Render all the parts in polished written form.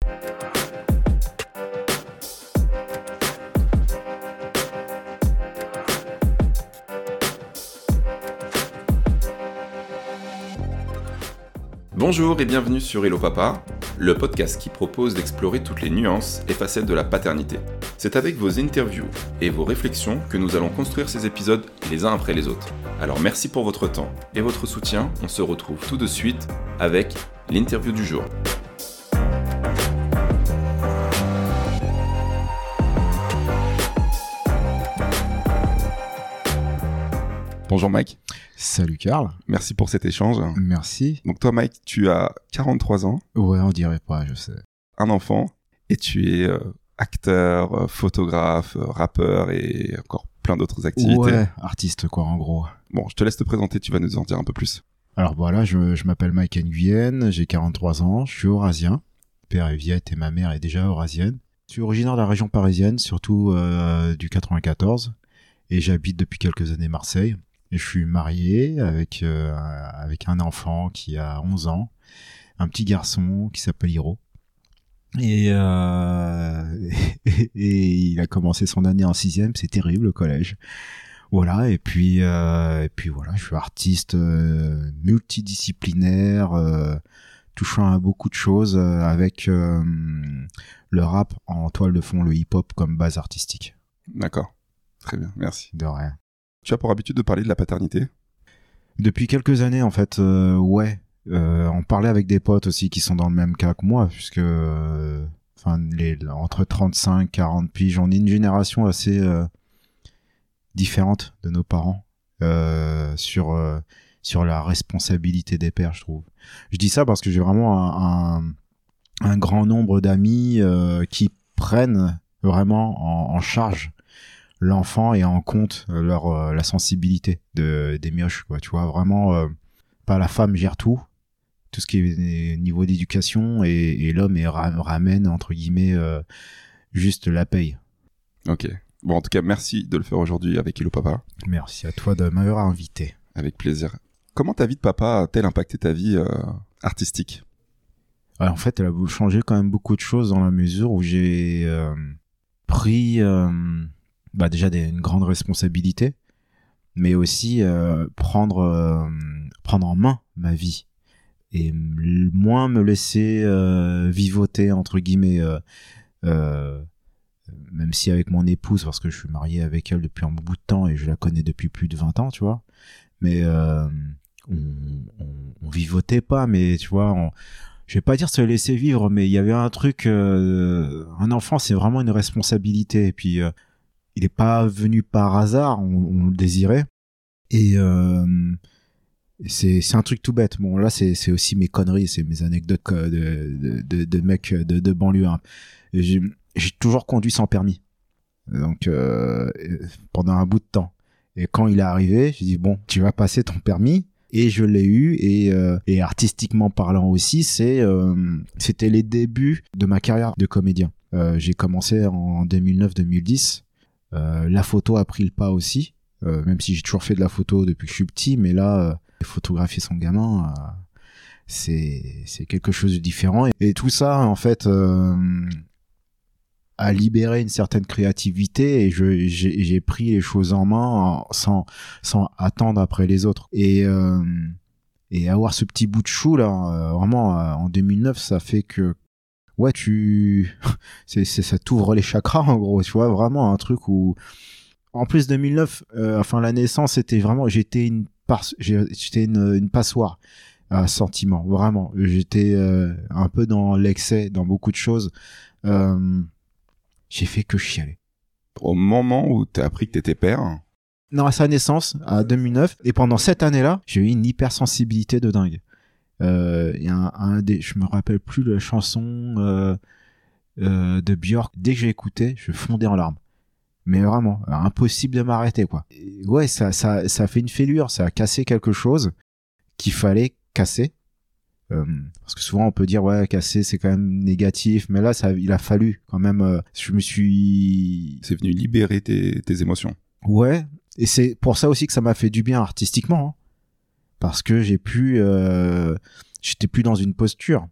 Bonjour et bienvenue sur Hello Papa, le podcast qui propose d'explorer toutes les nuances et facettes de la paternité. C'est avec vos interviews et vos réflexions que nous allons construire ces épisodes les uns après les autres. Alors merci pour votre temps et votre soutien, on se retrouve tout de suite avec l'interview du jour. Bonjour Mike. Salut Karl. Merci pour cet échange. Merci. Donc toi Mike, tu as 43 ans. Ouais, on dirait pas, je sais. Un enfant et tu es acteur, photographe, rappeur et encore plein d'autres activités. Ouais, artiste quoi en gros. Bon, je te laisse te présenter, tu vas nous en dire un peu plus. Alors voilà, je m'appelle Mike Nguyen, j'ai 43 ans, je suis eurasien. Père est viette et ma mère est déjà eurasienne. Je suis originaire de la région parisienne, surtout du 94. Et j'habite depuis quelques années Marseille. Et je suis marié avec un enfant qui a 11 ans, un petit garçon qui s'appelle Hiro. Et il a commencé son année en 6e, c'est terrible le collège. Voilà, et puis voilà, je suis artiste multidisciplinaire, touchant à beaucoup de choses avec le rap en toile de fond, le hip-hop comme base artistique. D'accord, très bien, merci. De rien. Tu as pour habitude de parler de la paternité ? Depuis quelques années, en fait, ouais. On parlait avec des potes aussi qui sont dans le même cas que moi, puisque entre 35 et 40 piges, on est une génération assez différente de nos parents sur la responsabilité des pères, je trouve. Je dis ça parce que j'ai vraiment un grand nombre d'amis qui prennent vraiment en charge l'enfant et en compte la sensibilité des mioches, quoi. Tu vois, vraiment, pas la femme gère tout ce qui est niveau d'éducation et l'homme ramène, entre guillemets, juste la paye. Ok. Bon, en tout cas, merci de le faire aujourd'hui avec Hello Papa. Merci à toi de m'avoir invité. Avec plaisir. Comment ta vie de papa a-t-elle impacté ta vie artistique ? En fait, elle a changé quand même beaucoup de choses dans la mesure où j'ai pris... déjà une grande responsabilité, mais aussi prendre en main ma vie et moins me laisser vivoter, entre guillemets, même si avec mon épouse, parce que je suis marié avec elle depuis un bout de temps et je la connais depuis plus de 20 ans, tu vois, mais on vivotait pas, mais tu vois, je vais pas dire se laisser vivre, mais il y avait un truc, un enfant c'est vraiment une responsabilité, et puis il est pas venu par hasard, on le désirait. Et c'est un truc tout bête. Bon, là, c'est aussi mes conneries, c'est mes anecdotes de mecs de banlieue. Hein. J'ai toujours conduit sans permis. Donc, pendant un bout de temps. Et quand il est arrivé, j'ai dit, bon, tu vas passer ton permis. Et je l'ai eu. Et artistiquement parlant aussi, c'était les débuts de ma carrière de comédien. J'ai commencé en 2009-2010. La photo a pris le pas aussi, même si j'ai toujours fait de la photo depuis que je suis petit, mais là, photographier son gamin, c'est quelque chose de différent. Et tout ça, en fait, a libéré une certaine créativité, et j'ai pris les choses en main sans attendre après les autres. Et avoir ce petit bout de chou là, vraiment, en 2009, ça fait que ouais, ça t'ouvre les chakras, en gros, tu vois, vraiment un truc où, en plus 2009, la naissance, c'était vraiment, j'étais une passoire à sentiments, vraiment. J'étais un peu dans l'excès, dans beaucoup de choses. J'ai fait que chialer. Au moment où t'as appris que t'étais père ? Non, à sa naissance, à 2009, et pendant cette année-là, j'ai eu une hypersensibilité de dingue. Je me rappelle plus de la chanson de Björk. Dès que j'ai écouté, je fondais en larmes. Mais vraiment, impossible de m'arrêter, quoi. Et ouais, ça fait une fêlure, ça a cassé quelque chose qu'il fallait casser. Parce que souvent on peut dire ouais, casser c'est quand même négatif, mais là il a fallu quand même. C'est venu libérer tes émotions. Ouais, et c'est pour ça aussi que ça m'a fait du bien artistiquement, hein. Parce que j'étais plus dans une posture.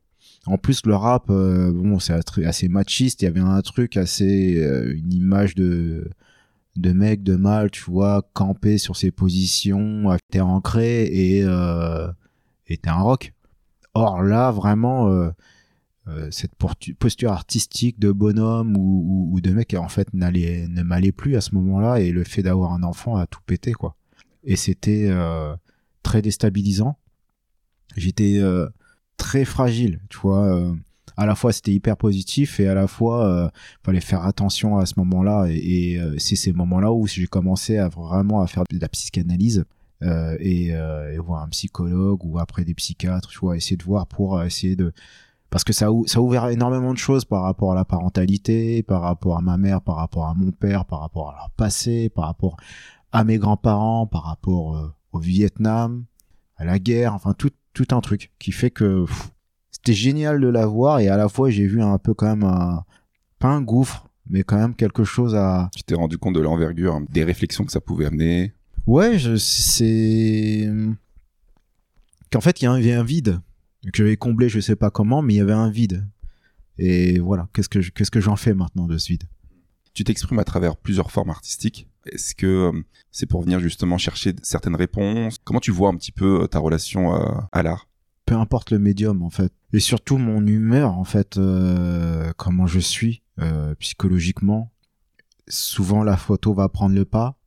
En plus, le rap, bon, c'est assez machiste. Il y avait un truc assez, une image de mec, de mâle, tu vois, campé sur ses positions, t'es ancré et t'es un rock. Or là, vraiment, cette posture artistique de bonhomme ou de mec, en fait, ne m'allait plus à ce moment-là, et le fait d'avoir un enfant a tout pété, quoi. Et c'était très déstabilisant. J'étais très fragile, tu vois. À la fois, c'était hyper positif, et à la fois, fallait faire attention à ce moment-là. Et c'est ces moments-là où j'ai commencé à vraiment à faire de la psychanalyse et voir un psychologue ou après des psychiatres, tu vois, essayer de voir pour essayer de... Parce que ça a ouvert énormément de choses par rapport à la parentalité, par rapport à ma mère, par rapport à mon père, par rapport à leur passé, par rapport à mes grands-parents, par rapport au Vietnam, à la guerre, enfin tout un truc qui fait que c'était génial de la voir, et à la fois j'ai vu un peu quand même pas un gouffre, mais quand même quelque chose à... Tu t'es rendu compte de l'envergure, hein, des réflexions que ça pouvait amener. Ouais, c'est... Qu'en fait il y avait un vide que j'avais comblé, je sais pas comment, mais il y avait un vide. Et voilà, qu'est-ce que j'en fais maintenant de ce vide? Tu t'exprimes à travers plusieurs formes artistiques. Est-ce que c'est pour venir justement chercher certaines réponses? Comment tu vois un petit peu ta relation à l'art? Peu importe le médium, en fait. Et surtout mon humeur, en fait, comment je suis psychologiquement. Souvent la photo va prendre le pas,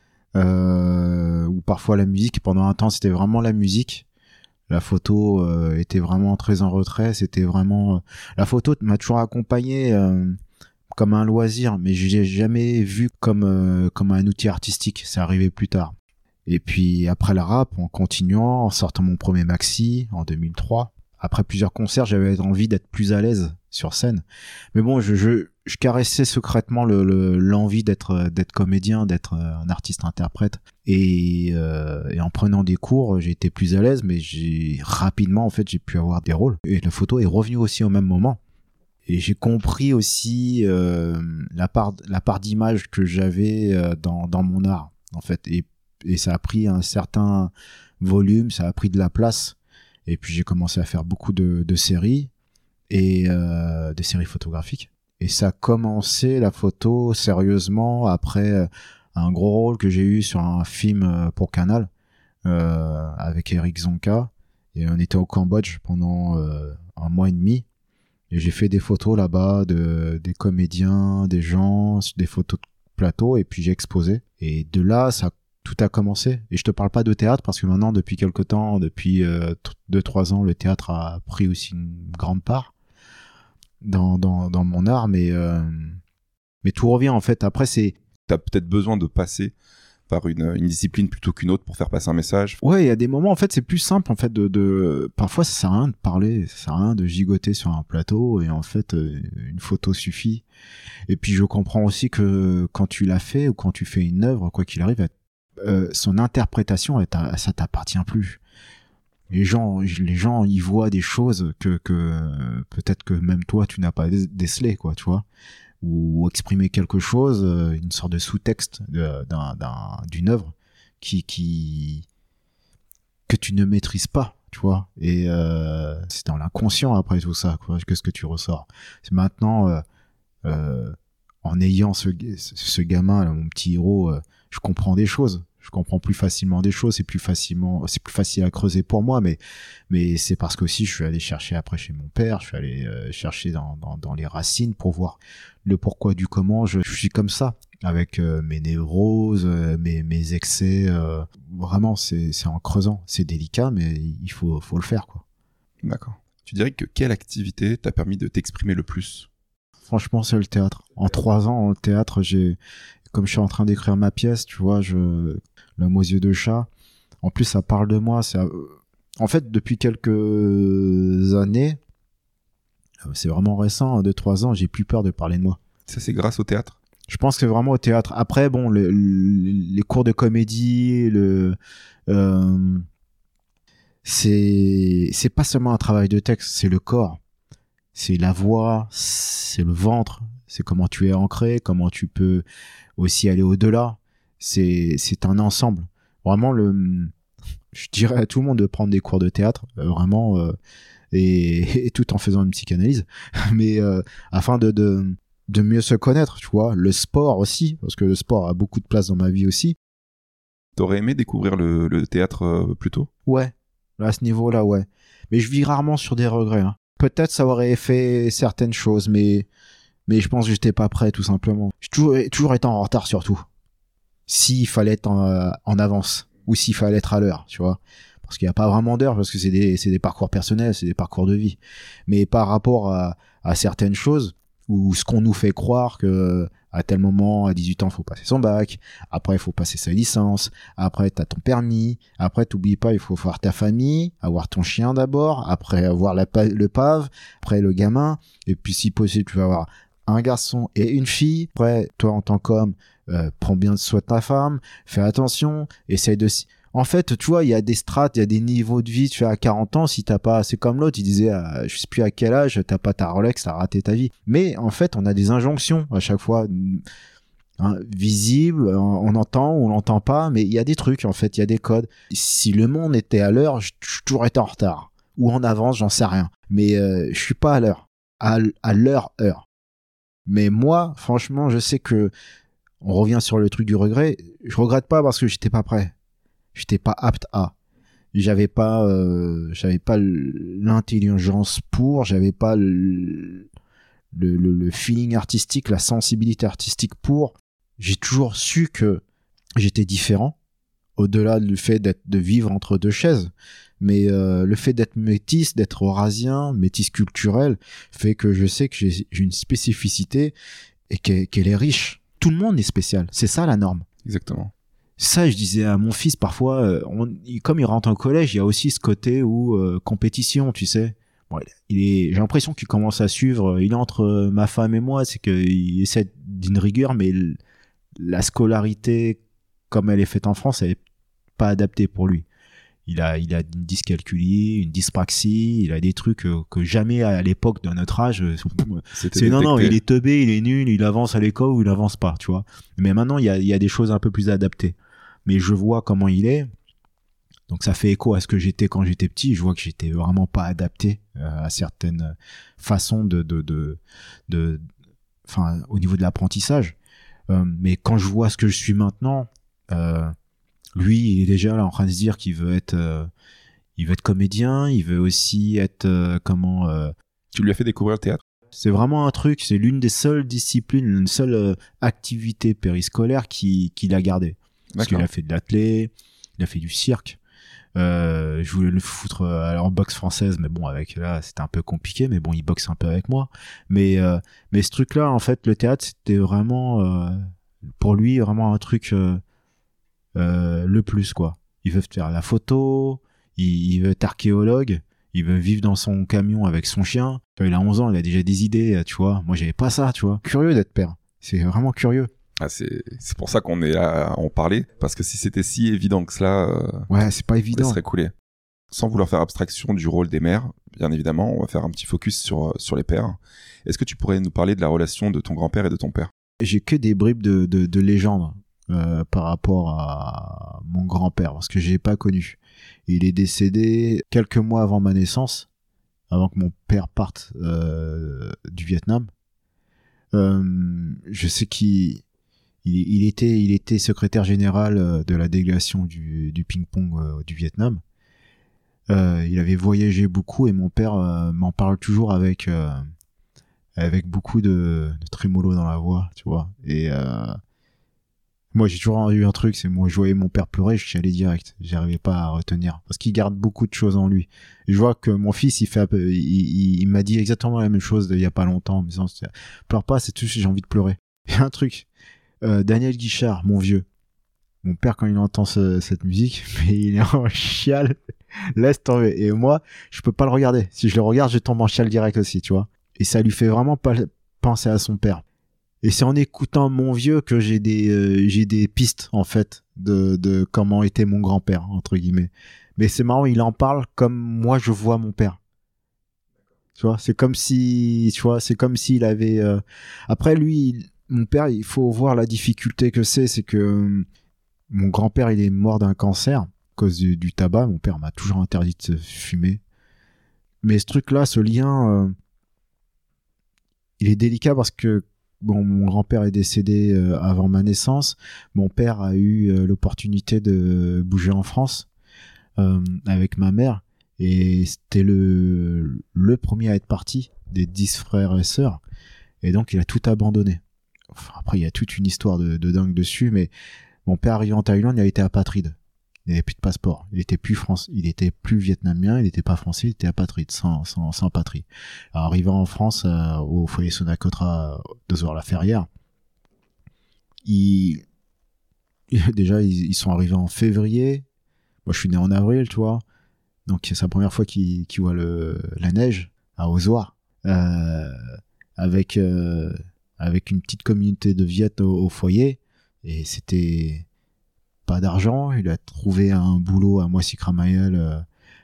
ou parfois la musique. Pendant un temps, c'était vraiment la musique. La photo était vraiment très en retrait. C'était vraiment... La photo m'a toujours accompagné comme un loisir, mais je l'ai jamais vu comme un outil artistique. C'est arrivé plus tard. Et puis après le rap, en continuant, en sortant mon premier maxi en 2003, après plusieurs concerts, j'avais envie d'être plus à l'aise sur scène. Mais bon, je caressais secrètement l'envie d'être comédien, d'être un artiste-interprète. Et en prenant des cours, j'ai été plus à l'aise, mais rapidement, en fait, j'ai pu avoir des rôles. Et la photo est revenue aussi au même moment. Et j'ai compris aussi la part d'image que j'avais dans mon art, en fait. Et ça a pris un certain volume, ça a pris de la place. Et puis j'ai commencé à faire beaucoup de séries et des séries photographiques. Et ça a commencé la photo sérieusement après un gros rôle que j'ai eu sur un film pour Canal avec Eric Zonka. Et on était au Cambodge pendant un mois et demi. Et j'ai fait des photos là-bas des comédiens, des gens, des photos de plateau, et puis j'ai exposé. Et de là, tout a commencé. Et je te parle pas de théâtre parce que maintenant, depuis quelque temps, depuis 2-3 ans, le théâtre a pris aussi une grande part dans mon art, mais tout revient en fait. Après, t'as peut-être besoin de passer par une discipline plutôt qu'une autre pour faire passer un message. Ouais, il y a des moments, en fait, c'est plus simple, en fait, parfois, ça sert à rien de parler, ça sert à rien de gigoter sur un plateau, et en fait, une photo suffit. Et puis, je comprends aussi que quand tu l'as fait, ou quand tu fais une œuvre, quoi qu'il arrive, son interprétation, ça t'appartient plus. Les gens, y voient des choses que peut-être que même toi, tu n'as pas décelé, quoi, tu vois. Ou exprimer quelque chose, une sorte de sous-texte d'une œuvre que tu ne maîtrises pas, tu vois. Et c'est dans l'inconscient après tout ça, quoi, que ce que tu ressors. C'est maintenant, en ayant ce gamin, là, mon petit héros, je comprends des choses. Je comprends plus facilement des choses, c'est plus facile à creuser pour moi, mais c'est parce qu'aussi je suis allé chercher après chez mon père, je suis allé chercher dans les racines pour voir le pourquoi du comment je suis comme ça, avec mes névroses, mes excès. Vraiment, c'est en creusant, c'est délicat, mais il faut le faire, quoi. D'accord. Tu dirais que quelle activité t'a permis de t'exprimer le plus? Franchement, c'est le théâtre. En 3 ans, le théâtre, comme je suis en train d'écrire ma pièce, tu vois, L'homme aux yeux de chat. En plus, ça parle de moi. En fait, depuis quelques années, c'est vraiment récent, 2-3 ans, j'ai plus peur de parler de moi. Ça, c'est grâce au théâtre? Je pense que c'est vraiment au théâtre. Après, bon, les cours de comédie, c'est pas seulement un travail de texte, c'est le corps. C'est la voix, c'est le ventre, c'est comment tu es ancré, comment tu peux aussi aller au-delà. C'est un ensemble. Vraiment, je dirais à tout le monde de prendre des cours de théâtre. Vraiment, et tout en faisant une psychanalyse, mais afin de mieux se connaître, tu vois. Le sport aussi, parce que le sport a beaucoup de place dans ma vie aussi. T'aurais aimé découvrir le théâtre plus tôt ? Ouais, à ce niveau-là, ouais. Mais je vis rarement sur des regrets. Hein. Peut-être ça aurait fait certaines choses, mais je pense que j'étais pas prêt, tout simplement. J'ai toujours été en retard, surtout. S'il fallait être en avance, ou s'il fallait être à l'heure, tu vois. Parce qu'il n'y a pas vraiment d'heure, parce que c'est des parcours personnels, c'est des parcours de vie. Mais par rapport à certaines choses, ou ce qu'on nous fait croire que à tel moment, à 18 ans, il faut passer son bac, après il faut passer sa licence, après t'as ton permis, après t'oublies pas, il faut voir ta famille, avoir ton chien d'abord, après avoir le pave, après le gamin, et puis si possible tu vas avoir un garçon et une fille. Après, toi en tant qu'homme, prends bien soin de ta femme, fais attention, essaye de... En fait, tu vois, il y a des strates, il y a des niveaux de vie. Tu fais à 40 ans, si t'as pas, c'est comme l'autre, il disait, je sais plus à quel âge, t'as pas ta Rolex, t'as raté ta vie. Mais en fait, on a des injonctions à chaque fois, hein, visibles, on entend ou on n'entend pas, mais il y a des trucs, en fait, il y a des codes. Si le monde était à l'heure, je toujours été en retard. Ou en avance, j'en sais rien. Mais je suis pas à l'heure. À leur heure. Mais moi, franchement, je sais que, on revient sur le truc du regret, je regrette pas parce que j'étais pas prêt. J'étais pas apte à. J'avais pas l'intelligence pour, j'avais pas le feeling artistique, la sensibilité artistique pour. J'ai toujours su que j'étais différent, au-delà du fait de vivre entre deux chaises. Mais le fait d'être métis, d'être eurasien, métis culturel, fait que je sais que j'ai une spécificité et qu'elle est riche. Tout le monde est spécial. C'est ça la norme. Exactement. Ça, je disais à mon fils parfois, comme il rentre en collège, il y a aussi ce côté où compétition, tu sais. Bon, j'ai l'impression qu'il commence à suivre. Il est entre ma femme et moi, c'est qu'il essaie d'une rigueur, mais la scolarité, comme elle est faite en France, elle est pas adaptée pour lui. Il a une dyscalculie, une dyspraxie, il a des trucs que jamais à l'époque de notre âge. C'est non, il est teubé, il est nul, il avance à l'école ou il avance pas, tu vois. Mais maintenant, il y a des choses un peu plus adaptées. Mais je vois comment il est. Donc ça fait écho à ce que j'étais quand j'étais petit. Je vois que j'étais vraiment pas adapté à certaines façons enfin, au niveau de l'apprentissage. Mais quand je vois ce que je suis maintenant, lui, il est déjà là en train de se dire qu'il veut être comédien. Il veut aussi être Tu lui as fait découvrir le théâtre ? C'est vraiment un truc. C'est l'une des seules disciplines, une seule activité périscolaire qu'il a gardée. Parce qu'il a fait de l'athlé, il a fait du cirque. Je voulais le foutre en boxe française, mais bon, avec là, c'était un peu compliqué. Mais bon, il boxe un peu avec moi. Mais ce truc-là, en fait, le théâtre, c'était vraiment pour lui vraiment un truc le plus, quoi. Il veut faire la photo, il veut être archéologue, il veut vivre dans son camion avec son chien. Il a 11 ans, il a déjà des idées, tu vois. Moi, j'avais pas ça, tu vois. Curieux d'être père. C'est vraiment curieux. Ah, c'est pour ça qu'on est là à en parler, parce que si c'était si évident que cela, ouais, c'est pas évident. Ça serait coulé. Sans vouloir faire abstraction du rôle des mères, bien évidemment, on va faire un petit focus sur les pères. Est-ce que tu pourrais nous parler de la relation de ton grand-père et de ton père ? J'ai que des bribes de légendes par rapport à mon grand-père, parce que je l'ai pas connu. Il est décédé quelques mois avant ma naissance, avant que mon père parte du Vietnam. Je sais qu'il était secrétaire général de la délégation du ping-pong du Vietnam. Il avait voyagé beaucoup et mon père m'en parle toujours avec beaucoup de trémolo dans la voix, tu vois. Et moi, j'ai toujours eu un truc, c'est moi, je voyais mon père pleurer, je suis allé direct. J'arrivais pas à retenir parce qu'il garde beaucoup de choses en lui. Et je vois que mon fils, il m'a dit exactement la même chose il y a pas longtemps, en me disant, pleure pas, c'est tout, j'ai envie de pleurer. Il y a un truc. Daniel Guichard, mon vieux. Mon père, quand il entend cette musique, mais il est en chiale. Laisse tomber. Et moi, je peux pas le regarder. Si je le regarde, je tombe en chiale direct aussi, tu vois. Et ça lui fait vraiment pas penser à son père. Et c'est en écoutant mon vieux que j'ai des pistes, en fait, de comment était mon grand-père, entre guillemets. Mais c'est marrant, il en parle comme moi je vois mon père. Tu vois, c'est comme s'il avait, après lui, mon père, il faut voir la difficulté que c'est que mon grand-père, il est mort d'un cancer à cause du tabac. Mon père m'a toujours interdit de fumer. Mais ce truc-là, ce lien, il est délicat parce que bon, mon grand-père est décédé avant ma naissance. Mon père a eu l'opportunité de bouger en France avec ma mère. Et c'était le premier à être parti des 10 frères et sœurs. Et donc, il a tout abandonné. Enfin, après, il y a toute une histoire de dingue dessus, mais mon père arrivé en Thaïlande, il a été apatride. Il n'avait plus de passeport. Il était plus vietnamien, il n'était pas français, il était apatride, sans patrie. Alors, arrivant en France, au foyer Sonacotra d'Ozoir-la-Ferrière, déjà, ils sont arrivés en février. Moi, je suis né en avril, tu vois. Donc, c'est la première fois qu'il voit la neige à Ozoir. Avec une petite communauté de Viet au foyer. Et c'était pas d'argent. Il a trouvé un boulot à Moissy-Cramayel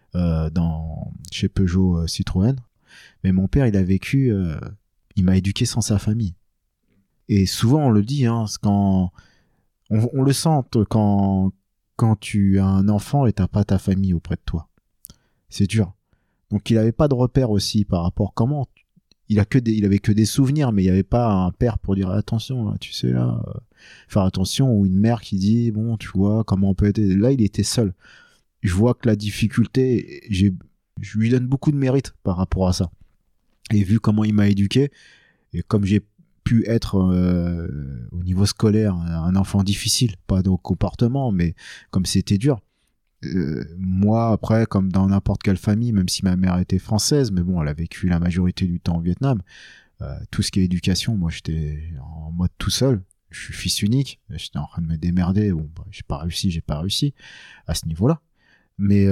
chez Peugeot Citroën. Mais mon père, il a vécu... il m'a éduqué sans sa famille. Et souvent, on le dit, hein, quand on le sent quand tu as un enfant et t'as pas ta famille auprès de toi. C'est dur. Donc il avait pas de repère aussi par rapport comment il avait que des souvenirs, mais il y avait pas un père pour dire attention là, tu sais là, faire attention, ou une mère qui dit bon tu vois comment on peut être. Là il était seul. Je vois que la difficulté, je lui donne beaucoup de mérite par rapport à ça. Et vu comment il m'a éduqué et comme j'ai pu être au niveau scolaire un enfant difficile, pas de comportement, mais comme c'était dur. Moi, après, comme dans n'importe quelle famille, même si ma mère était française, mais bon, elle a vécu la majorité du temps au Vietnam, tout ce qui est éducation, moi, j'étais en mode tout seul. Je suis fils unique, j'étais en train de me démerder. Bon, bah, j'ai pas réussi à ce niveau-là. Mais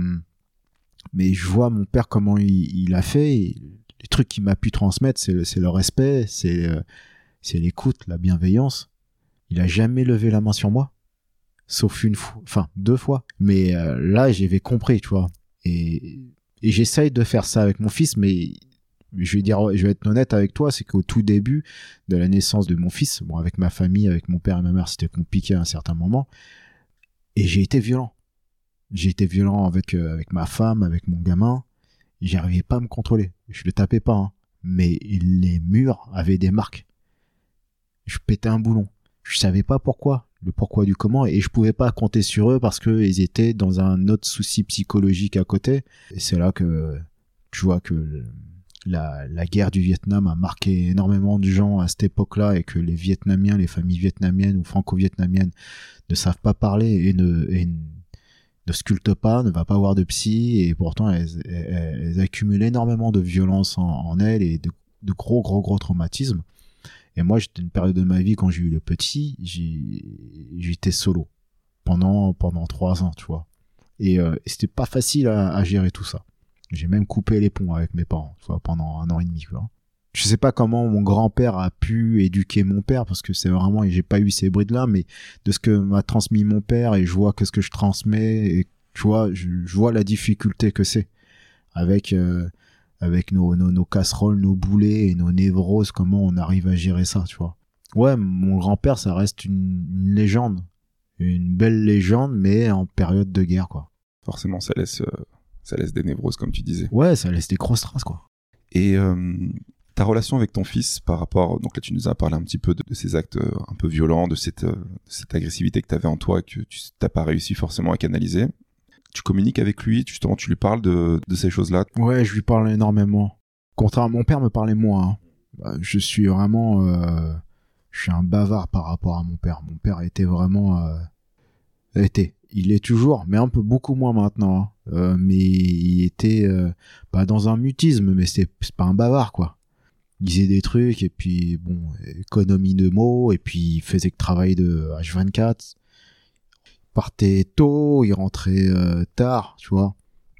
je vois mon père comment il a fait. Les trucs qu'il m'a pu transmettre, c'est le respect, c'est l'écoute, la bienveillance. Il a jamais levé la main sur moi. Sauf deux fois. Mais là, j'avais compris, tu vois. Et j'essaye de faire ça avec mon fils, mais je vais être honnête avec toi, c'est qu'au tout début de la naissance de mon fils, bon, avec ma famille, avec mon père et ma mère, c'était compliqué à un certain moment. Et j'ai été violent. J'ai été violent avec ma femme, avec mon gamin. J'arrivais pas à me contrôler. Je le tapais pas, hein. Mais les murs avaient des marques. Je pétais un boulon. Je savais pas pourquoi. Le pourquoi du comment, et je pouvais pas compter sur eux parce que ils étaient dans un autre souci psychologique à côté. Et c'est là que tu vois que la guerre du Vietnam a marqué énormément de gens à cette époque-là, et que les Vietnamiens, les familles vietnamiennes ou franco-vietnamiennes ne savent pas parler et ne sculptent pas, ne va pas voir de psy, et pourtant elles accumulent énormément de violence en elles et de gros traumatismes. Et moi, j'étais une période de ma vie, quand j'ai eu le petit, j'étais solo pendant 3 ans, tu vois. Et c'était pas facile à gérer tout ça. J'ai même coupé les ponts avec mes parents, tu vois, pendant 1 an et demi, quoi. Je sais pas comment mon grand-père a pu éduquer mon père, parce que c'est vraiment, j'ai pas eu ces brides-là, mais de ce que m'a transmis mon père, et je vois que ce que je transmets, et tu vois, je vois la difficulté que c'est avec nos casseroles, nos boulets et nos névroses, comment on arrive à gérer ça, tu vois. Ouais, mon grand-père, ça reste une légende. Une belle légende, mais en période de guerre, quoi. Forcément, ça laisse des névroses, comme tu disais. Ouais, ça laisse des grosses traces, quoi. Et ta relation avec ton fils par rapport... Donc là, tu nous as parlé un petit peu de ces actes un peu violents, de cette agressivité que tu avais en toi, que tu n'as pas réussi forcément à canaliser. Tu communiques avec lui, justement, tu lui parles de ces choses-là? Ouais, je lui parle énormément. Contrairement, mon père me parlait moins, hein. Je suis vraiment... je suis un bavard par rapport à mon père. Mon père était vraiment... Il est toujours, mais un peu beaucoup moins maintenant, hein. Mais il était pas dans un mutisme, mais c'est pas un bavard, quoi. Il disait des trucs, et puis, bon, économie de mots, et puis il faisait que travailler de H24. Partait tôt, il rentrait tard, tu vois,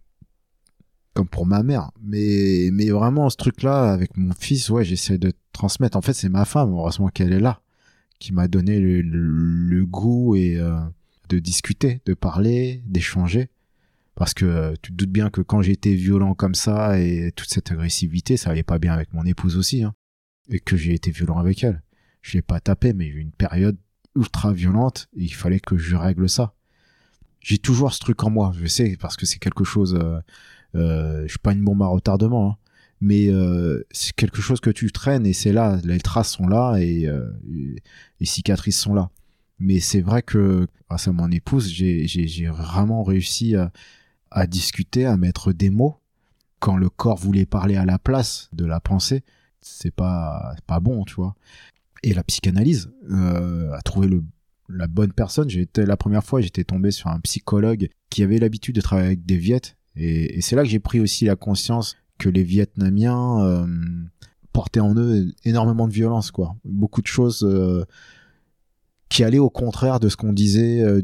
comme pour ma mère. Mais vraiment, ce truc-là, avec mon fils, ouais, j'essaie de transmettre. En fait, c'est ma femme, heureusement qu'elle est là, qui m'a donné le goût et de discuter, de parler, d'échanger. Parce que tu te doutes bien que quand j'étais violent comme ça, et toute cette agressivité, ça allait pas bien avec mon épouse aussi, hein, et que j'ai été violent avec elle. Je l'ai pas tapé, mais il y a eu une période ultra violente, et il fallait que je règle ça. J'ai toujours ce truc en moi, je sais, parce que c'est quelque chose Je suis pas une bombe à retardement, hein. Mais c'est quelque chose que tu traînes et c'est là, les traces sont là et les cicatrices sont là. Mais c'est vrai que grâce à mon épouse, j'ai vraiment réussi à discuter, à mettre des mots quand le corps voulait parler à la place de la pensée. C'est pas bon, tu vois. Et la psychanalyse a trouvé la bonne personne. La première fois, j'étais tombé sur un psychologue qui avait l'habitude de travailler avec des Viettes. Et c'est là que j'ai pris aussi la conscience que les Vietnamiens portaient en eux énormément de violence, quoi. Beaucoup de choses qui allaient au contraire de ce qu'on disait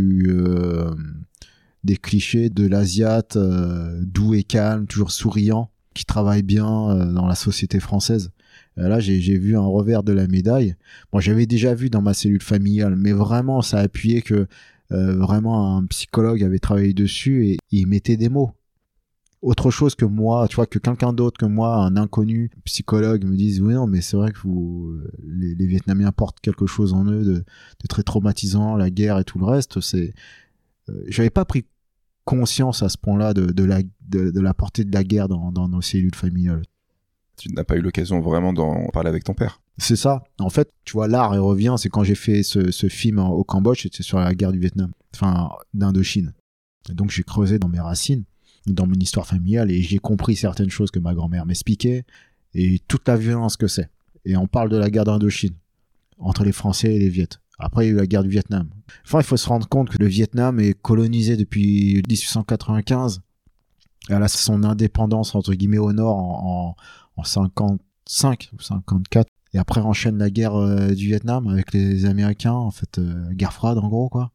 des clichés de l'Asiate doux et calme, toujours souriant, qui travaille bien dans la société française. Là, j'ai vu un revers de la médaille. Bon, j'avais déjà vu dans ma cellule familiale, mais vraiment, ça a appuyé que vraiment un psychologue avait travaillé dessus et il mettait des mots. Autre chose que moi, tu vois, que quelqu'un d'autre que moi, un inconnu psychologue me dise oui non mais c'est vrai que les Vietnamiens portent quelque chose en eux de très traumatisant, la guerre et tout le reste. J'avais pas pris conscience à ce point-là de la portée de la guerre dans nos cellules familiales. Tu n'as pas eu l'occasion vraiment d'en parler avec ton père. C'est ça. En fait, tu vois, l'art il revient. C'est quand j'ai fait ce film au Cambodge, c'était sur la guerre du Vietnam, enfin d'Indochine. Et donc j'ai creusé dans mes racines, dans mon histoire familiale, et j'ai compris certaines choses que ma grand-mère m'expliquait et toute la violence que c'est. Et on parle de la guerre d'Indochine entre les Français et les Viettes. Après, il y a eu la guerre du Vietnam. Enfin, il faut se rendre compte que le Vietnam est colonisé depuis 1895. Elle a son indépendance, entre guillemets, au nord en 55 ou 54. Et après, enchaîne la guerre du Vietnam avec les Américains, en fait, guerre froide, en gros, quoi.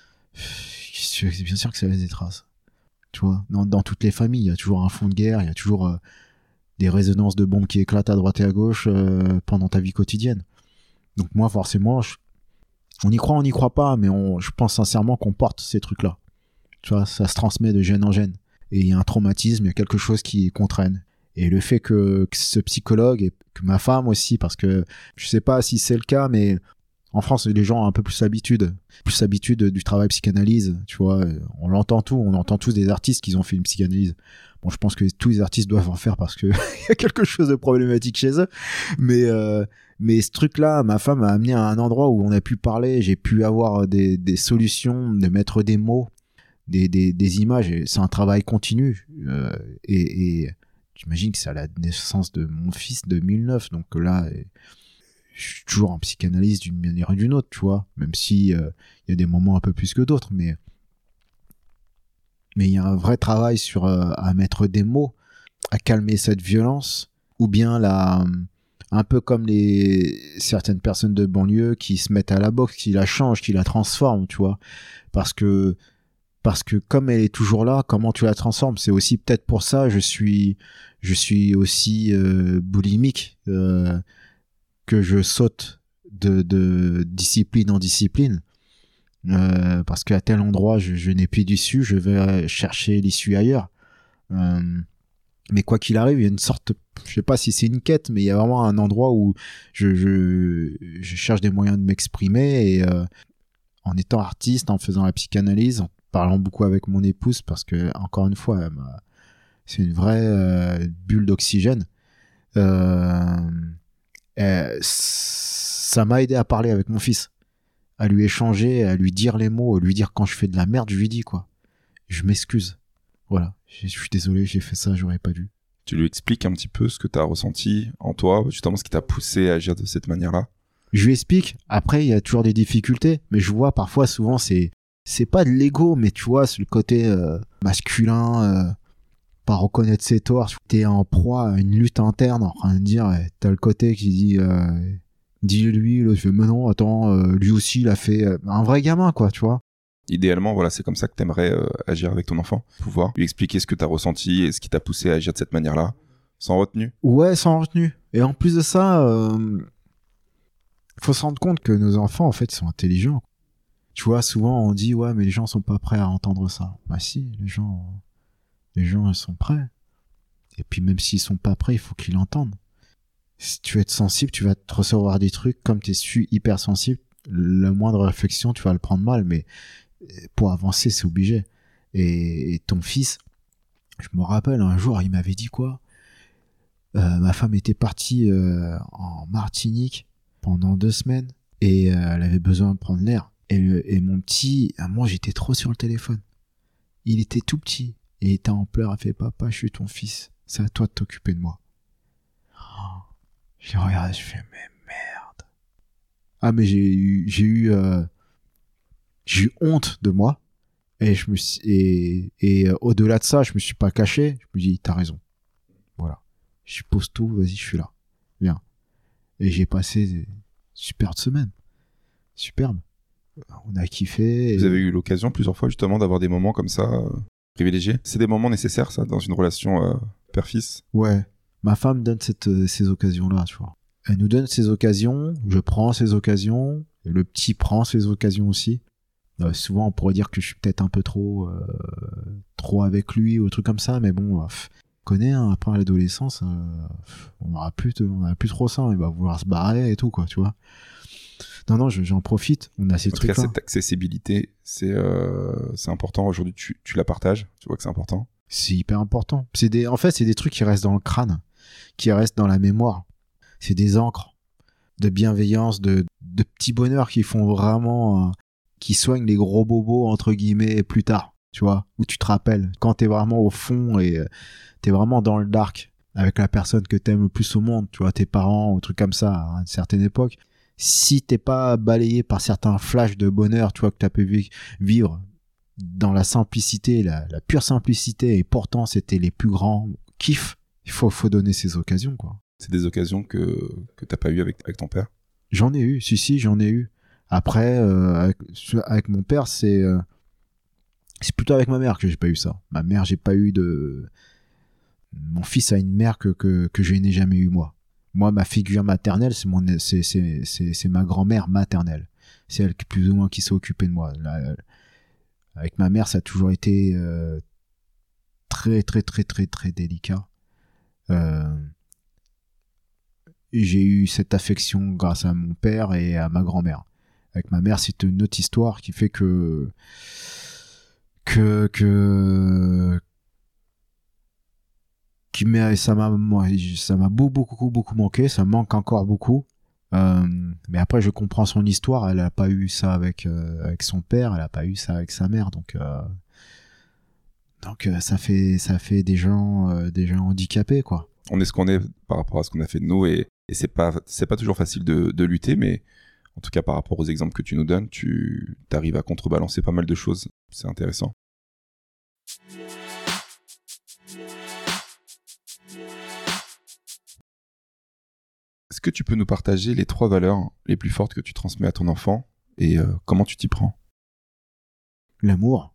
C'est bien sûr que ça laisse des traces. Tu vois, dans toutes les familles, il y a toujours un fond de guerre, il y a toujours des résonances de bombes qui éclatent à droite et à gauche pendant ta vie quotidienne. Donc moi, forcément, on y croit, on n'y croit pas, mais je pense sincèrement qu'on porte ces trucs-là. Tu vois, ça se transmet de gène en gène. Et il y a un traumatisme, il y a quelque chose qui contraigne. Et le fait que ce psychologue, et que ma femme aussi, parce que je sais pas si c'est le cas, mais en France, les gens ont un peu plus l'habitude du travail psychanalyse, tu vois. On entend tous des artistes qui ont fait une psychanalyse. Bon, je pense que tous les artistes doivent en faire parce que il y a quelque chose de problématique chez eux. Mais ce truc-là, ma femme m'a amené à un endroit où on a pu parler, j'ai pu avoir des solutions, de mettre des mots, des images. Et c'est un travail continu. Et j'imagine que c'est à la naissance de mon fils 2009, donc là, je suis toujours en psychanalyse d'une manière ou d'une autre, tu vois, même si y a des moments un peu plus que d'autres, mais il y a un vrai travail sur à mettre des mots, à calmer cette violence, ou bien un peu comme certaines personnes de banlieue qui se mettent à la boxe, qui la changent, qui la transforment, tu vois, parce que comme elle est toujours là, comment tu la transformes? C'est aussi peut-être pour ça je suis aussi boulimique, que je saute de discipline en discipline, parce qu'à tel endroit je n'ai plus d'issue, je vais chercher l'issue ailleurs. Mais quoi qu'il arrive, il y a une sorte, je sais pas si c'est une quête, mais il y a vraiment un endroit où je cherche des moyens de m'exprimer, et en étant artiste, en faisant la psychanalyse, en parlant beaucoup avec mon épouse, parce que encore une fois, c'est une vraie bulle d'oxygène. Ça m'a aidé à parler avec mon fils, à lui échanger, à lui dire les mots, à lui dire quand je fais de la merde, je lui dis quoi. Je m'excuse. Voilà, je suis désolé, j'ai fait ça, j'aurais pas dû. Tu lui expliques un petit peu ce que tu as ressenti en toi, justement ce qui t'a poussé à agir de cette manière-là? Je lui explique. Après, il y a toujours des difficultés, mais je vois parfois, souvent, c'est pas de l'ego, mais tu vois, c'est le côté masculin, pas reconnaître ses torts. T'es en proie à une lutte interne, en train de dire, t'as le côté qui dit, dis-lui, l'autre fait, mais non, attends, lui aussi, il a fait un vrai gamin, quoi, tu vois. Idéalement, voilà, c'est comme ça que t'aimerais agir avec ton enfant, pouvoir lui expliquer ce que t'as ressenti et ce qui t'a poussé à agir de cette manière-là, sans retenue. Ouais, sans retenue. Et en plus de ça, faut se rendre compte que nos enfants, en fait, ils sont intelligents. Tu vois, souvent on dit ouais, mais les gens sont pas prêts à entendre ça. Bah si, les gens ils sont prêts. Et puis même s'ils sont pas prêts, il faut qu'ils l'entendent. Si tu veux être sensible, tu vas te recevoir des trucs comme t'es hyper sensible. La moindre réflexion, tu vas le prendre mal, mais pour avancer, c'est obligé. Et ton fils, Je me rappelle, un jour, il m'avait dit quoi? Ma femme était partie en Martinique pendant 2 semaines et elle avait besoin de prendre l'air. Et mon petit, moi j'étais trop sur le téléphone. Il était tout petit et il était en pleurs. Il fait papa, je suis ton fils. C'est à toi de t'occuper de moi. Oh, je regarde, je fais mais merde. Ah mais j'ai eu honte de moi et je me suis, et au-delà de ça, je me suis pas caché. Je me dis t'as raison. Voilà. Je pose tout, vas-y, je suis là. Viens. Et j'ai passé des superbes semaines. Superbes. On a kiffé. Vous avez eu l'occasion plusieurs fois justement d'avoir des moments comme ça privilégiés. C'est des moments nécessaires ça dans une relation père-fils. Ouais. Ma femme donne ces occasions-là, tu vois. Elle nous donne ces occasions, je prends ces occasions, et le petit prend ces occasions aussi. Souvent, on pourrait dire que je suis peut-être un peu trop avec lui ou un truc comme ça, mais bon, connais, hein, après l'adolescence, on n'aura plus trop ça, il va vouloir se barrer et tout, quoi, tu vois. Non, j'en profite, on a ces trucs-là. En tout cas, cette accessibilité, c'est important. Aujourd'hui, tu la partages, tu vois que c'est important. C'est hyper important. En fait, c'est des trucs qui restent dans le crâne, qui restent dans la mémoire. C'est des encres de bienveillance, de petits bonheurs qui font vraiment, qui soignent les gros bobos, entre guillemets, plus tard, tu vois, où tu te rappelles, quand t'es vraiment au fond et t'es vraiment dans le dark, avec la personne que t'aimes le plus au monde, tu vois, tes parents, ou trucs comme ça, à une certaine époque. Si t'es pas balayé par certains flashs de bonheur, tu vois, que t'as pu vivre dans la simplicité, la pure simplicité, et pourtant c'était les plus grands kiffs, il faut donner ces occasions, quoi. C'est des occasions que t'as pas eu avec ton père? J'en ai eu, si, j'en ai eu. Après, avec mon père, c'est plutôt avec ma mère que j'ai pas eu ça. Ma mère, j'ai pas eu de... Mon fils a une mère que je n'ai jamais eu, moi. Moi, ma figure maternelle, c'est ma grand-mère maternelle. C'est elle plus ou moins qui s'est occupée de moi. Là, avec ma mère, ça a toujours été très, très, très, très, très délicat. J'ai eu cette affection grâce à mon père et à ma grand-mère. Avec ma mère, c'est une autre histoire qui fait que ça m'a beaucoup manqué, ça me manque encore beaucoup. Mais après, je comprends son histoire. Elle a pas eu ça avec son père, elle a pas eu ça avec sa mère, donc ça fait des gens handicapés, quoi. On est ce qu'on est par rapport à ce qu'on a fait de nous, et c'est pas toujours facile de lutter, mais en tout cas par rapport aux exemples que tu nous donnes, tu arrives à contrebalancer pas mal de choses. C'est intéressant. Est-ce que tu peux nous partager les 3 valeurs les plus fortes que tu transmets à ton enfant et comment tu t'y prends? L'amour,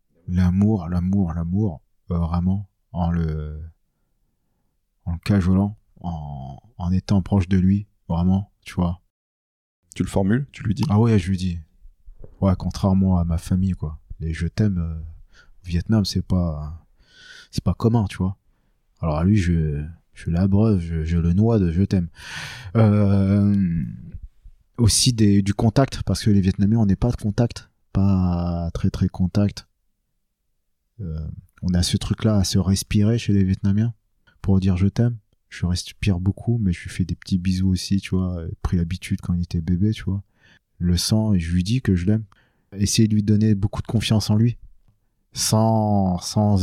vraiment, en le cajolant, en étant proche de lui, vraiment, tu vois. Tu le formules? Tu lui dis? Ah ouais, je lui dis. Ouais, contrairement à ma famille, quoi. Les je t'aime au Vietnam, c'est pas commun, tu vois. Alors à lui, je l'abreuve, je le noie de je t'aime. Aussi du contact, parce que les Vietnamiens, on n'est pas de contact, pas très très contact. On a ce truc-là à se respirer chez les Vietnamiens pour dire je t'aime. Je respire beaucoup, mais je lui fais des petits bisous aussi, tu vois. J'ai pris l'habitude quand il était bébé, tu vois. Le sens, et je lui dis que je l'aime. Essayer de lui donner beaucoup de confiance en lui, sans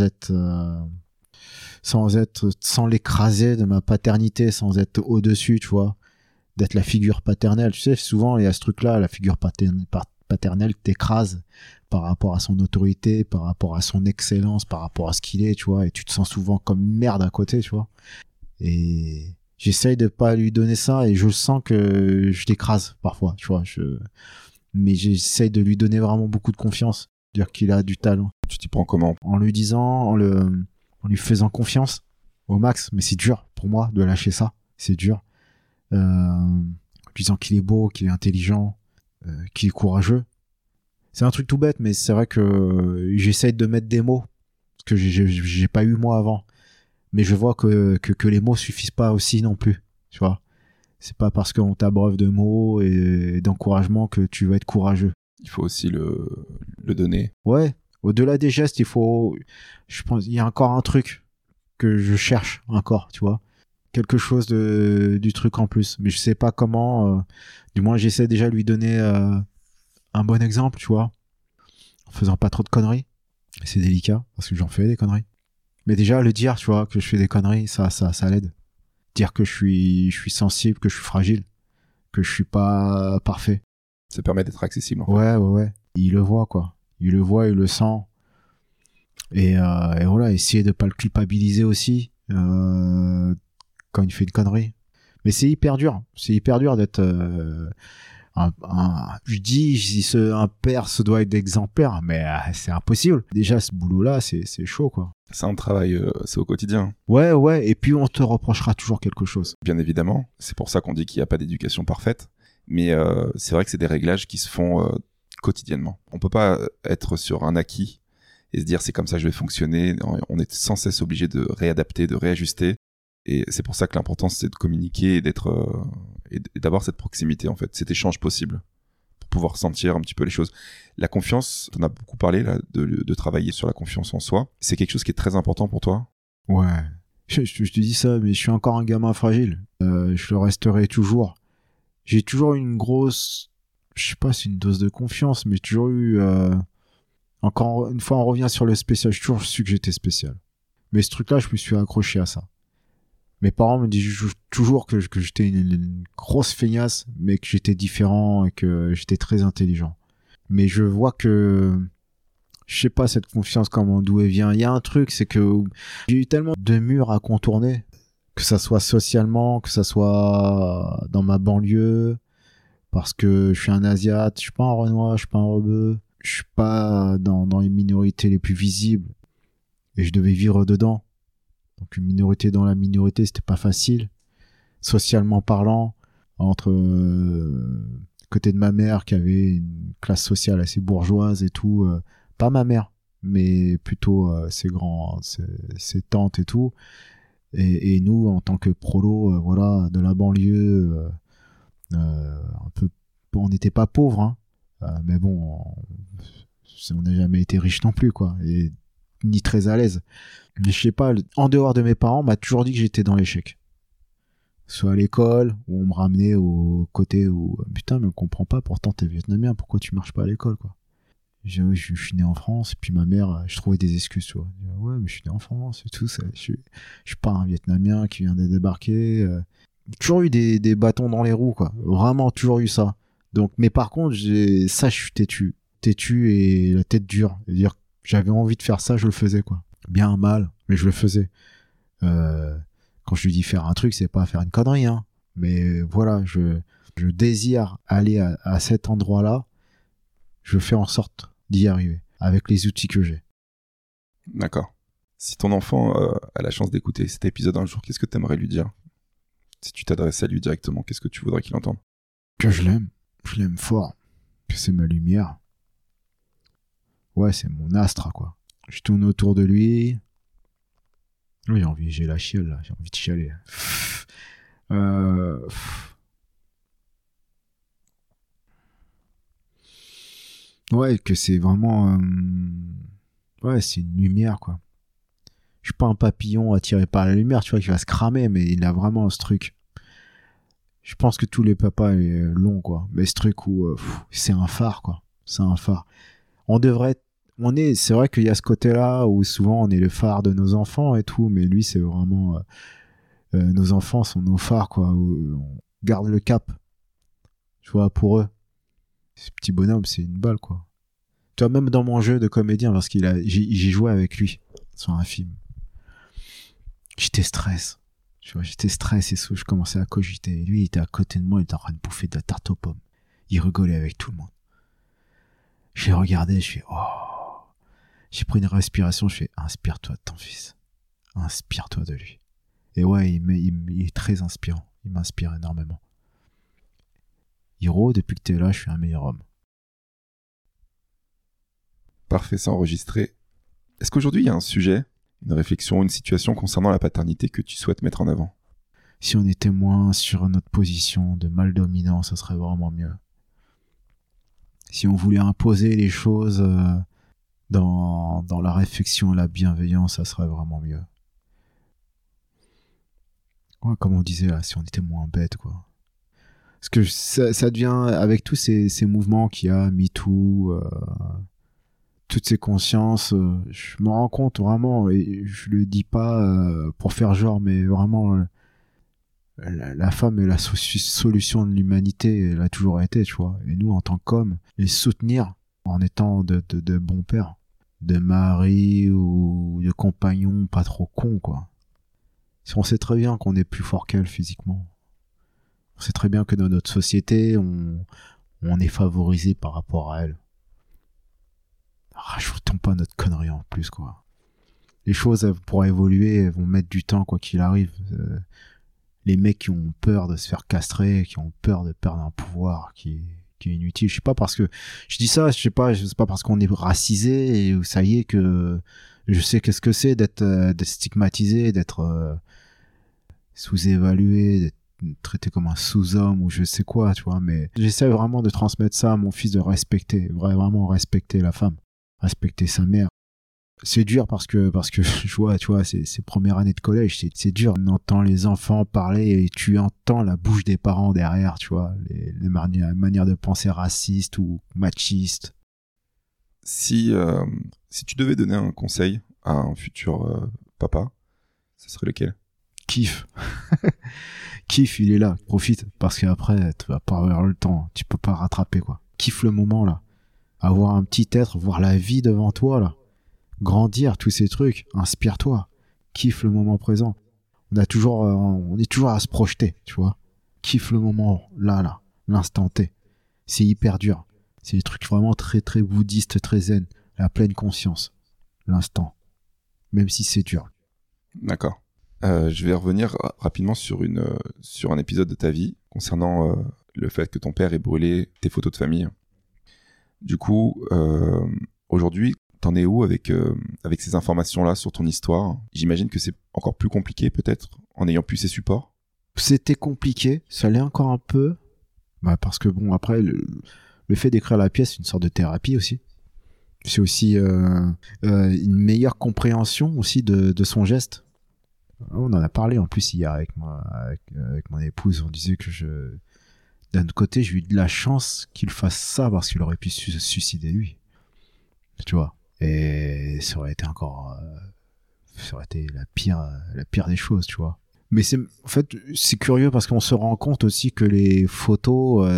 l'écraser de ma paternité, sans être au-dessus, tu vois. D'être la figure paternelle. Tu sais, souvent, il y a ce truc-là, la figure paternelle t'écrase par rapport à son autorité, par rapport à son excellence, par rapport à ce qu'il est, tu vois, et tu te sens souvent comme une merde à côté, tu vois. Et j'essaye de pas lui donner ça, et je sens que je l'écrase parfois, tu vois. Mais j'essaye de lui donner vraiment beaucoup de confiance, dire qu'il a du talent. Tu t'y prends comment? En lui disant, en lui faisant confiance au max, mais c'est dur pour moi de lâcher ça, c'est dur. En disant qu'il est beau, qu'il est intelligent, qu'il est courageux. C'est un truc tout bête, mais c'est vrai que j'essaye de mettre des mots que j'ai pas eu moi avant. Mais je vois que les mots suffisent pas aussi non plus, tu vois. C'est pas parce qu'on t'abreuve de mots et d'encouragement que tu vas être courageux. Il faut aussi le donner. Ouais, Au-delà des gestes, je pense, il y a encore un truc que je cherche encore, tu vois. Quelque chose du truc en plus. Mais je sais pas comment, du moins j'essaie déjà de lui donner un bon exemple, tu vois. En faisant pas trop de conneries. C'est délicat, parce que j'en fais des conneries. Mais déjà, le dire, tu vois, que je fais des conneries, ça l'aide. Dire que je suis sensible, que je suis fragile, que je suis pas parfait. Ça permet d'être accessible, en fait. Ouais. Il le voit, quoi. Il le voit, il le sent. Et voilà, essayer de pas le culpabiliser aussi, quand il fait une connerie. Mais c'est hyper dur. C'est hyper dur d'être, je dis, un père se doit être exemplaire, mais c'est impossible. Déjà, ce boulot-là, c'est chaud, quoi. C'est un travail, c'est au quotidien. Ouais, et puis on te reprochera toujours quelque chose. Bien évidemment, c'est pour ça qu'on dit qu'il n'y a pas d'éducation parfaite, mais c'est vrai que c'est des réglages qui se font quotidiennement. On peut pas être sur un acquis et se dire c'est comme ça je vais fonctionner. On est sans cesse obligé de réadapter, de réajuster, et c'est pour ça que l'important c'est de communiquer et d'être et d'avoir cette proximité, en fait, cet échange possible pour pouvoir sentir un petit peu les choses. La confiance, on a beaucoup parlé là de travailler sur la confiance en soi. C'est quelque chose qui est très important pour toi? Ouais. Je te dis ça, mais je suis encore un gamin fragile. Je le resterai toujours. J'ai toujours eu une grosse, je sais pas, c'est une dose de confiance, mais j'ai toujours eu, encore une fois, on revient sur le spécial. J'ai toujours su que j'étais spécial. Mais ce truc-là, je me suis accroché à ça. Mes parents me disent toujours que j'étais une grosse feignasse, mais que j'étais différent et que j'étais très intelligent. Mais je vois que, je sais pas, cette confiance, comment, d'où elle vient. Il y a un truc, c'est que j'ai eu tellement de murs à contourner, que ça soit socialement, que ça soit dans ma banlieue, parce que je suis un Asiate, je suis pas un Renois, je suis pas un Rebeu, je suis pas dans les minorités les plus visibles, et je devais vivre dedans. Donc une minorité dans la minorité, c'était pas facile. Socialement parlant, entre côté de ma mère qui avait une classe sociale assez bourgeoise et tout, pas ma mère, mais plutôt ses tantes et tout. Et nous, en tant que prolos, voilà, de la banlieue, un peu, on n'était pas pauvres, hein, mais bon, on n'a jamais été riches non plus, quoi, et ni très à l'aise. Mais je sais pas, en dehors de mes parents, on m'a toujours dit que j'étais dans l'échec. Soit à l'école, où on me ramenait au côté où, putain, mais on comprend pas, pourtant t'es vietnamien, pourquoi tu marches pas à l'école, quoi. Je suis né en France, et puis ma mère, je trouvais des excuses, tu vois. Je dis, ouais, mais je suis né en France et tout, ça, je suis pas un Vietnamien qui vient de débarquer. Toujours eu des bâtons dans les roues, quoi. Vraiment, toujours eu ça. Donc, mais par contre, je suis têtu et la tête dure. C'est-à-dire, j'avais envie de faire ça, je le faisais, quoi. Bien, mal, mais je le faisais. Quand je lui dis faire un truc, c'est pas faire une connerie, hein. Mais voilà, je désire aller à cet endroit-là. Je fais en sorte d'y arriver, avec les outils que j'ai. D'accord. Si ton enfant a la chance d'écouter cet épisode un jour, qu'est-ce que tu aimerais lui dire? Si tu t'adresses à lui directement, qu'est-ce que tu voudrais qu'il entende? Que je l'aime fort, que c'est ma lumière. Ouais, c'est mon astre, quoi. Je tourne autour de lui. Oui, j'ai la chiale, là, j'ai envie de chialer. Ouais, que c'est vraiment... Ouais, c'est une lumière, quoi. Je suis pas un papillon attiré par la lumière, tu vois, qui va se cramer, mais il a vraiment ce truc. Je pense que tous les papas l'ont, quoi. Mais ce truc où c'est un phare, quoi. C'est un phare. C'est vrai qu'il y a ce côté-là où souvent on est le phare de nos enfants et tout, mais lui, c'est vraiment... nos enfants sont nos phares, quoi. Où on garde le cap. Tu vois, pour eux. Ce petit bonhomme, c'est une balle, quoi. Tu vois, même dans mon jeu de comédien, parce j'ai joué avec lui sur un film. J'étais stress. Tu vois, j'étais stress et je commençais à cogiter. Et lui, il était à côté de moi, il était en train de bouffer de la tarte aux pommes. Il rigolait avec tout le monde. J'ai regardé, je fais, oh. J'ai pris une respiration, je fais, inspire-toi de ton fils. Inspire-toi de lui. Et ouais, il est très inspirant. Il m'inspire énormément. Hiro, depuis que t'es là, je suis un meilleur homme. Parfait, c'est enregistré. Est-ce qu'aujourd'hui, il y a un sujet, une réflexion, une situation concernant la paternité que tu souhaites mettre en avant? Si on était moins sur notre position de mal dominant, ça serait vraiment mieux. Si on voulait imposer les choses dans la réflexion et la bienveillance, ça serait vraiment mieux. Ouais, comme on disait là, si on était moins bête, quoi. Parce que ça devient, avec tous ces mouvements qu'il y a, MeToo, toutes ces consciences, je me rends compte vraiment, et je le dis pas pour faire genre, mais vraiment, la femme est la solution de l'humanité, elle a toujours été, tu vois. Et nous, en tant qu'hommes, les soutenir en étant de bons pères, de mari ou de compagnons pas trop cons, quoi. On sait très bien qu'on est plus fort qu'elle physiquement. On sait très bien que dans notre société, on est favorisé par rapport à elle. Rajoutons pas notre connerie en plus, quoi. Les choses, pour évoluer, elles vont mettre du temps, quoi qu'il arrive. Les mecs qui ont peur de se faire castrer, qui ont peur de perdre un pouvoir qui est inutile. Je sais pas parce que je dis ça, je sais pas parce qu'on est racisé et ça y est que je sais qu'est-ce que c'est d'être stigmatisé, d'être sous-évalué, d'être traité comme un sous-homme ou je sais quoi, tu vois. Mais j'essaie vraiment de transmettre ça à mon fils, de respecter, vraiment respecter la femme, respecter sa mère. C'est dur parce que je vois, tu vois, ces premières années de collège, c'est dur. On entend les enfants parler et tu entends la bouche des parents derrière, tu vois, les manières de penser racistes ou machistes. Si tu devais donner un conseil à un futur papa, ce serait lequel? Kiffe. Kiffe, il est là, profite, parce qu'après, tu vas pas avoir le temps, tu peux pas rattraper, quoi. Kiffe le moment, là. Avoir un petit être, voir la vie devant toi, là. Grandir, tous ces trucs, inspire-toi. Kiffe le moment présent. On est toujours à se projeter, tu vois. Kiffe le moment, là, l'instant T. C'est hyper dur. C'est des trucs vraiment très, très bouddhistes, très zen. La pleine conscience. L'instant. Même si c'est dur. D'accord. Je vais revenir rapidement sur un épisode de ta vie concernant le fait que ton père ait brûlé tes photos de famille. Du coup, aujourd'hui, t'en es où avec ces informations-là sur ton histoire? J'imagine que c'est encore plus compliqué peut-être en n'ayant plus ces supports. C'était compliqué, ça l'est encore un peu. Bah parce que bon, après, le fait d'écrire la pièce, c'est une sorte de thérapie aussi. C'est aussi une meilleure compréhension aussi de son geste. On en a parlé en plus hier avec mon épouse. On disait que d'un autre côté, j'ai eu de la chance qu'il fasse ça parce qu'il aurait pu se suicider lui. Tu vois. Et ça aurait été la pire des choses, tu vois. Mais en fait, c'est curieux parce qu'on se rend compte aussi que les photos,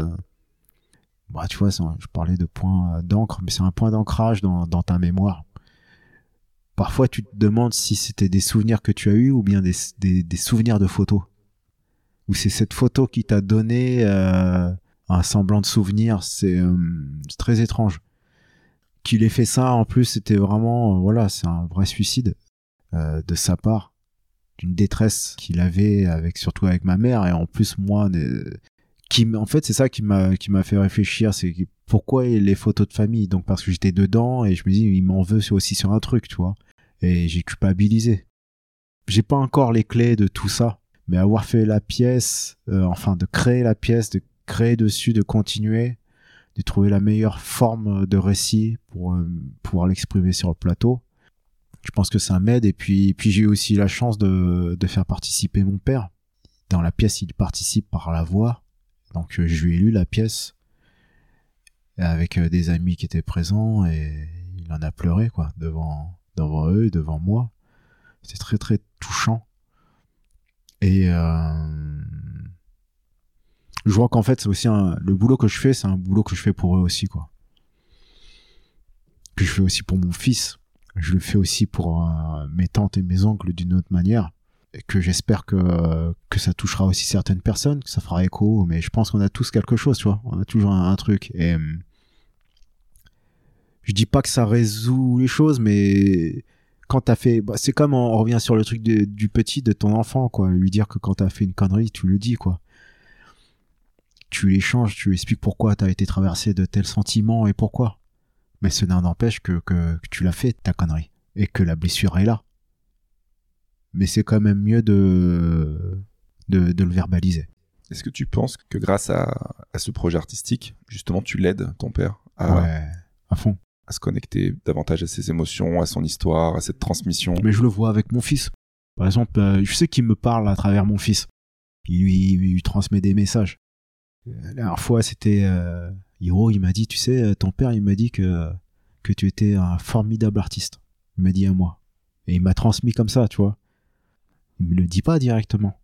tu vois, je parlais de point d'encre, mais c'est un point d'ancrage dans ta mémoire. Parfois, tu te demandes si c'était des souvenirs que tu as eus ou bien des souvenirs de photos. Ou c'est cette photo qui t'a donné un semblant de souvenir. C'est très étrange. Qu'il ait fait ça, en plus, c'était vraiment... c'est un vrai suicide de sa part. D'une détresse qu'il avait, surtout avec ma mère. Et en plus, moi... en fait, c'est ça qui m'a fait réfléchir. C'est pourquoi les photos de famille. Donc, parce que j'étais dedans et je me dis, il m'en veut aussi sur un truc, tu vois. Et j'ai culpabilisé. J'ai pas encore les clés de tout ça, mais avoir fait la pièce, de créer la pièce, de créer dessus, de continuer, de trouver la meilleure forme de récit pour pouvoir l'exprimer sur le plateau, je pense que ça m'aide. Et puis j'ai eu aussi la chance de faire participer mon père. Dans la pièce, il participe par la voix, donc je lui ai lu la pièce avec des amis qui étaient présents et il en a pleuré, quoi, devant eux et devant moi. C'était très très touchant. Et je vois qu'en fait c'est aussi le boulot que je fais, c'est un boulot que je fais pour eux aussi, quoi. Puis je fais aussi pour mon fils, je le fais aussi pour mes tantes et mes oncles d'une autre manière, et que j'espère que ça touchera aussi certaines personnes, que ça fera écho. Mais je pense qu'on a tous quelque chose, tu vois, on a toujours un truc. Et je dis pas que ça résout les choses, mais quand t'as fait... c'est comme on revient sur le truc du petit, de ton enfant, quoi. Lui dire que quand t'as fait une connerie, tu le dis, quoi. Tu l'échanges, tu lui expliques pourquoi t'as été traversé de tels sentiments et pourquoi. Mais cela n'empêche que tu l'as fait, ta connerie. Et que la blessure est là. Mais c'est quand même mieux de le verbaliser. Est-ce que tu penses que grâce à ce projet artistique, justement, tu l'aides, ton père, Ouais, à fond. à se connecter davantage à ses émotions, à son histoire, à cette transmission. Mais je le vois avec mon fils. Par exemple, je sais qu'il me parle à travers mon fils. Il lui transmet des messages. La dernière fois, c'était Hiro, il m'a dit, tu sais, ton père, il m'a dit que tu étais un formidable artiste. Il m'a dit à moi. Et il m'a transmis comme ça, tu vois. Il me le dit pas directement.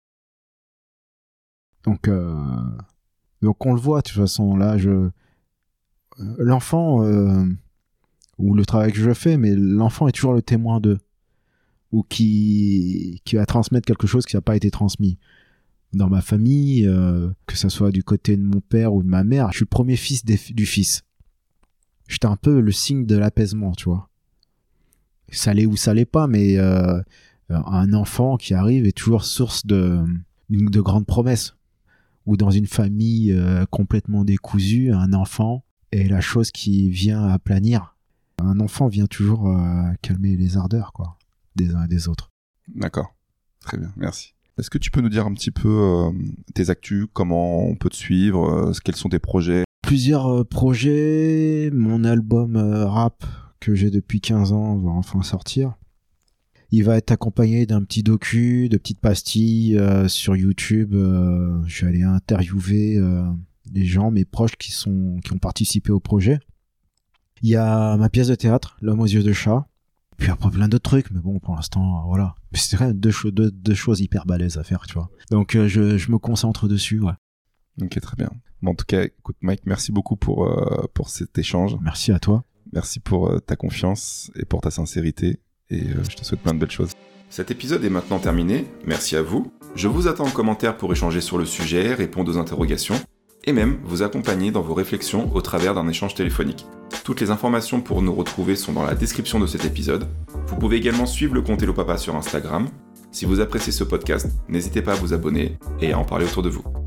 Donc on le voit, de toute façon, là, l'enfant, ou le travail que je fais, mais l'enfant est toujours le témoin d'eux. Ou qui va transmettre quelque chose qui n'a pas été transmis. Dans ma famille, que ça soit du côté de mon père ou de ma mère, je suis le premier fils du fils. J'étais un peu le signe de l'apaisement, tu vois. Ça l'est ou ça l'est pas, mais un enfant qui arrive est toujours source de grandes promesses. Ou dans une famille complètement décousue, un enfant est la chose qui vient aplanir. Un enfant vient toujours calmer les ardeurs, quoi, des uns et des autres. D'accord, très bien, merci. Est-ce que tu peux nous dire un petit peu tes actus, comment on peut te suivre, quels sont tes projets? Plusieurs projets, mon album rap que j'ai depuis 15 ans va enfin sortir. Il va être accompagné d'un petit docu, de petites pastilles sur YouTube. Je vais aller interviewer des gens, mes proches qui ont participé au projet. Il y a ma pièce de théâtre, L'homme aux yeux de chat. Puis après plein d'autres trucs, mais bon, pour l'instant, voilà. Mais c'est quand même deux choses hyper balèzes à faire, tu vois. Donc je me concentre dessus, ouais. Ok, très bien. Bon, en tout cas, écoute Mike, merci beaucoup pour cet échange. Merci à toi. Merci pour ta confiance et pour ta sincérité. Et je te souhaite plein de belles choses. Cet épisode est maintenant terminé. Merci à vous. Je vous attends en commentaire pour échanger sur le sujet, répondre aux interrogations et même vous accompagner dans vos réflexions au travers d'un échange téléphonique. Toutes les informations pour nous retrouver sont dans la description de cet épisode. Vous pouvez également suivre le compte Hello Papa sur Instagram. Si vous appréciez ce podcast, n'hésitez pas à vous abonner et à en parler autour de vous.